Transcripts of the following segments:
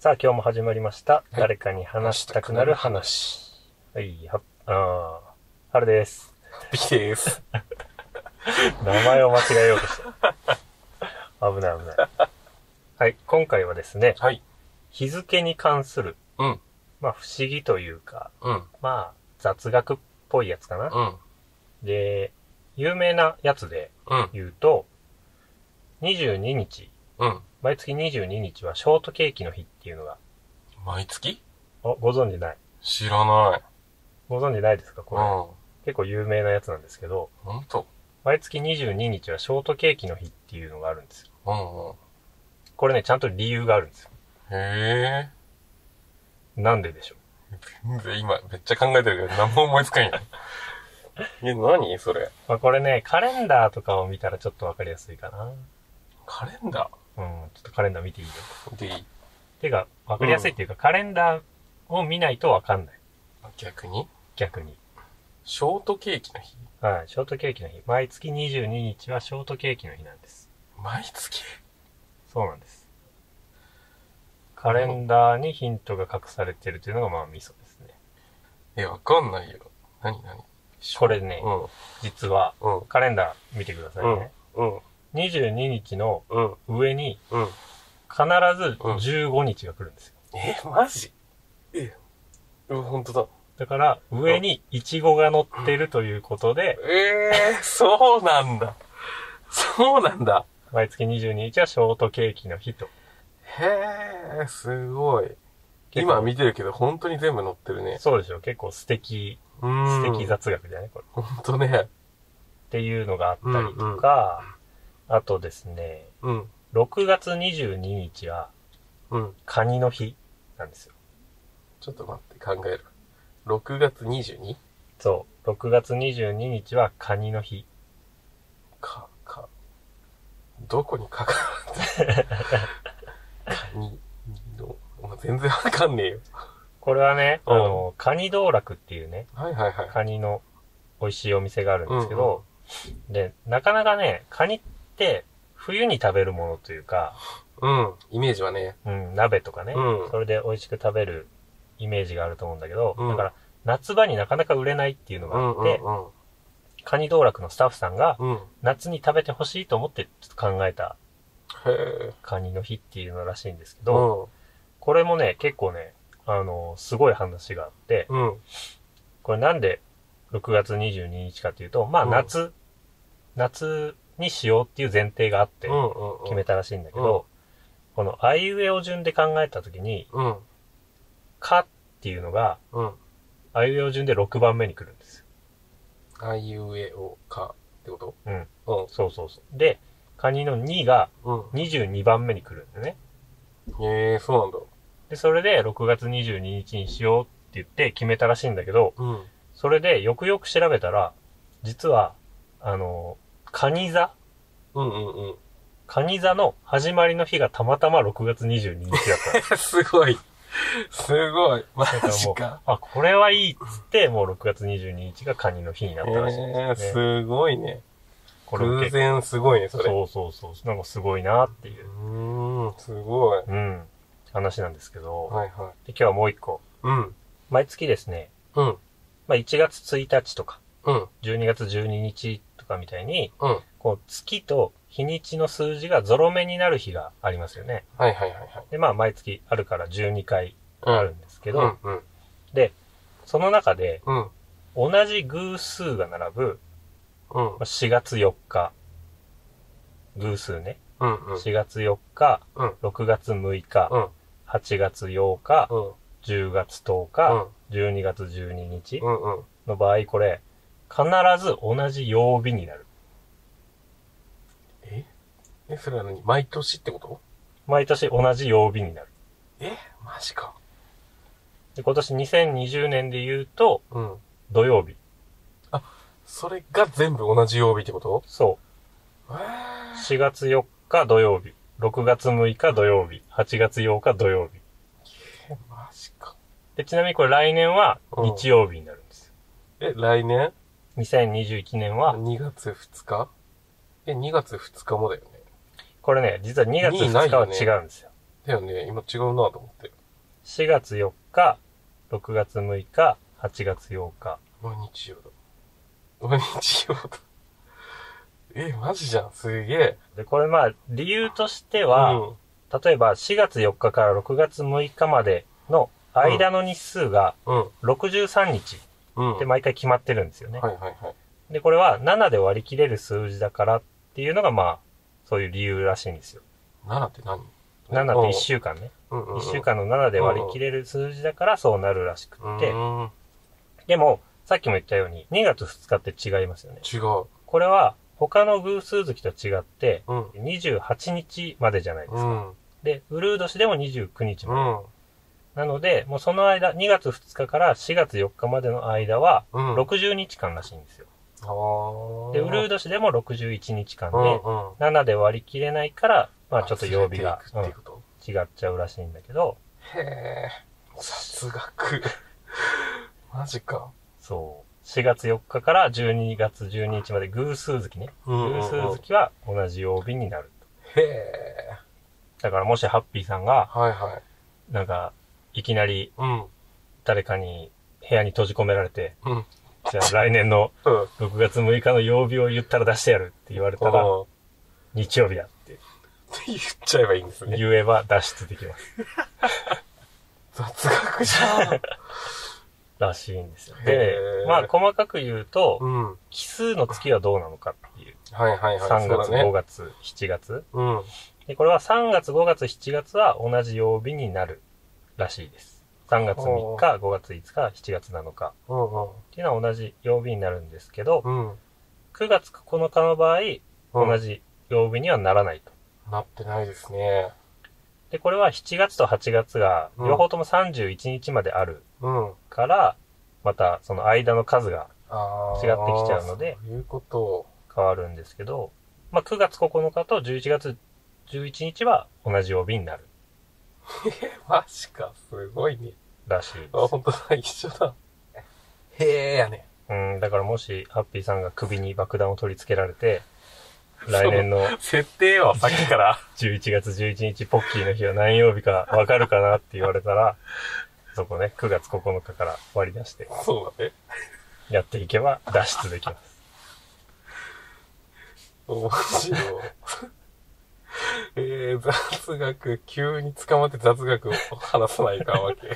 さあ今日も始まりました。 はい、 誰かに話したくなる話。はい、春です。 ビキです。 名前を間違えようとした。危ない危ない。はい、今回はですね、 はい。 日付に関する、 うん。 まあ不思議というか、 うん。 まあ雑学っぽいやつかな。 うん。 で、有名なやつでうん。 言うと、22日、 うん。 毎月22日はショートケーキの日っていうのが、 毎月？ ご存知ない？ 知らない。 ご存知ないですかこれ。 うん。 結構有名なやつなんですけど、 ほんと？ 毎月22日はショートケーキの日っていうのがあるんですよ。 うんうん。 これね、ちゃんと理由があるんですよ。 へなんででしょ全然今めっちゃ考えてるけど何も思いつかんやん。何それ？ う。まあこれね、カレンダーとかを見たらちょっとわかりやすいかな。 カレンダうん、ちょっとカレンダー見ていいよ。 ーでいい？ てか、わかりやすいっていうか、カレンダーを見ないとわかんない。 逆に？ 逆に。 ショートケーキの日？ はい、ショートケーキの日。毎月22日はショートケーキの日なんです。 毎月？ そうなんです。カレンダーにヒントが隠されてるというのがまあミソですね。 わかんないよ。何これね、 うん。 実は、 うん。 カレンダー見てくださいね。 うん。 22日のうん。 上にうん。 必ず15日が来るんですよ。 マジ？ほんとだ。 だから、上にイチゴが乗ってるということで、 そうなんだ。そうなんだ。 毎月22日はショートケーキの日と。 へー、すごい。今見てるけど、本当に全部載ってるね。 そうでしょ、結構素敵雑学じゃないこれ。 ほんとね。 っていうのがあったりとか、あとですね、6月22日は、カニの日なんですよ。 ちょっと待って、考える。6月 22？ そう。6月22日はカニの日。 どこにかかるカニの、全然わかんねえよ。 これはね、カニ道楽っていうね、カニの美味しいお店があるんですけど、で、なかなかね、カニって冬に食べるものというか、 イメージはね。 鍋とかね、それで美味しく食べるイメージがあると思うんだけど、だから夏場になかなか売れないっていうのがあって、カニ道楽のスタッフさんが、夏に食べてほしいと思ってちょっと考えた、カニの日っていうのらしいんですけど、これもね、結構ね、すごい話があって、これなんで6月22日かっていうと、まあ夏にしようっていう前提があって決めたらしいんだけど、このあいうえお順で考えたときに、かっていうのが、あいうえお順で6番目に来るんですよ。 あいうえおかってこと？ そうそうそう。で、カニの2が22番目に来るんだよね。そうなんだ。 で、それで6月22日にしようって言って決めたらしいんだけど、それでよくよく調べたら、実は、カニ座カニ座の始まりの日がたまたま6月22日だった。 すごい。マジか。 これはいいっつって、もう6月22日がカニの日になったらしいんですね。 すごいね。偶然すごいね、それ。 そう。なんかすごいなっていう。 すごい。 話なんですけど。で、今はいはい。 日はもう一個。毎月ですね。まあ1月1日とか、12月12日とかみたいに、こう月と日にちの数字がゾロ目になる日がありますよね。で、まあ毎月あるから12回あるんですけど、で、その中で、同じ偶数が並ぶ、4月4日、偶数ね。4月4日、6月6日、8月8日、10月10日、12月12日の場合、これ、必ず同じ曜日になる。 それは何？毎年ってこと？ 毎年同じ曜日になる。 マジか。 で、今年2020年で言うと、土曜日。 それが全部同じ曜日ってこと？ そう。4月4日土曜日、6月6日土曜日、8月8日土曜日。 マジか。 で、ちなみにこれ来年は日曜日になるんですよ。来年？ 2021 年は 2月2日？2月2日もだよね。 これね、実は2月2日は違うんですよ。 だよね。今違うなと思って。 4月4日、6月6日、8月8日。 毎日曜だ。毎日曜だ。マジじゃん。すげえ。 で、これまあ、理由としては、例えば4月4日から6月6日までの間の日数が63日って毎回決まってるんですよね。 はいはいはい。 で、これは7で割り切れる数字だからっていうのがまあ、そういう理由らしいんですよ。 7って何？ 7って1週間ね。1週間の7で割り切れる数字だからそうなるらしくって。でも、さっきも言ったように2月2日って違いますよね。 違う。 これは他の偶数月と違って、28日までじゃないですか。で、うるう年でも29日まで。なので、もうその間、2月2日から4月4日までの間は、60日間らしいんですよ。で、うるう年でも61日間で、7で割り切れないから、まあちょっと曜日が、違っちゃうらしいんだけど。 へえ、雑学。マジか。 そう。4月4日から12月12日まで偶数月ね。偶数月は同じ曜日になる。 へえ。 だからもしハッピーさんが、なんか、いきなり、誰かに部屋に閉じ込められて、じゃあ来年の6月6日の曜日を言ったら出してやるって言われたら、日曜日だって言っちゃえばいいんですね。 言えば脱出できます。 雑学じゃん。 らしいんですよ。で、まあ細かく言うと、奇数の月はどうなのかっていう。3月、5月、7月。で、これは3月、5月、7月は同じ曜日になるらしいです。3月3日、5月5日、7月7日。っていうのは同じ曜日になるんですけど、9月9日の場合、同じ曜日にはならないと。 なってないですね。 で、これは7月と8月が、両方とも31日まであるから、またその間の数が違ってきちゃうので、 そういうこと変わるんですけど、まあ9月9日と11月11日は同じ曜日になる。 マジか、すごいね。 らしいです。 あ、本当だ、一緒だ。へえやね。 だからもし、ハッピーさんが首に爆弾を取り付けられて、来年の設定はさっきから 11月11日ポッキーの日は何曜日かわかるかなって言われたら、そこね、9月9日から割り出して、 そうだね。 やっていけば脱出できます。 面白い。雑学、急に捕まって雑学を話さないかんわけ。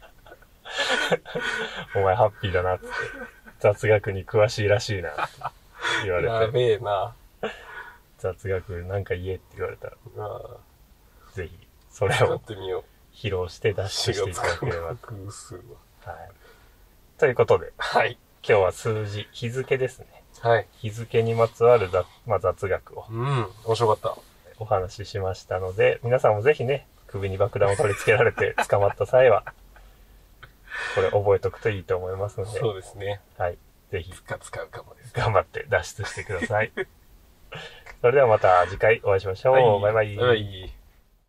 お前ハッピーだなって、雑学に詳しいらしいなって言われて。 やべえな。 雑学なんか言えって言われたら、ぜひ、それを披露して脱出していただければ。はい。ということで、 はい。 今日は数字、日付ですね。 はい。 日付にまつわる雑学を。 面白かった。 お話ししましたので、皆さんもぜひね、首に爆弾を取り付けられて捕まった際は、これ覚えとくといいと思いますので。 そうですね。 はい。ぜひ。 使うかもです。 頑張って脱出してください。それではまた次回お会いしましょう。バイバイ。 バイバイ。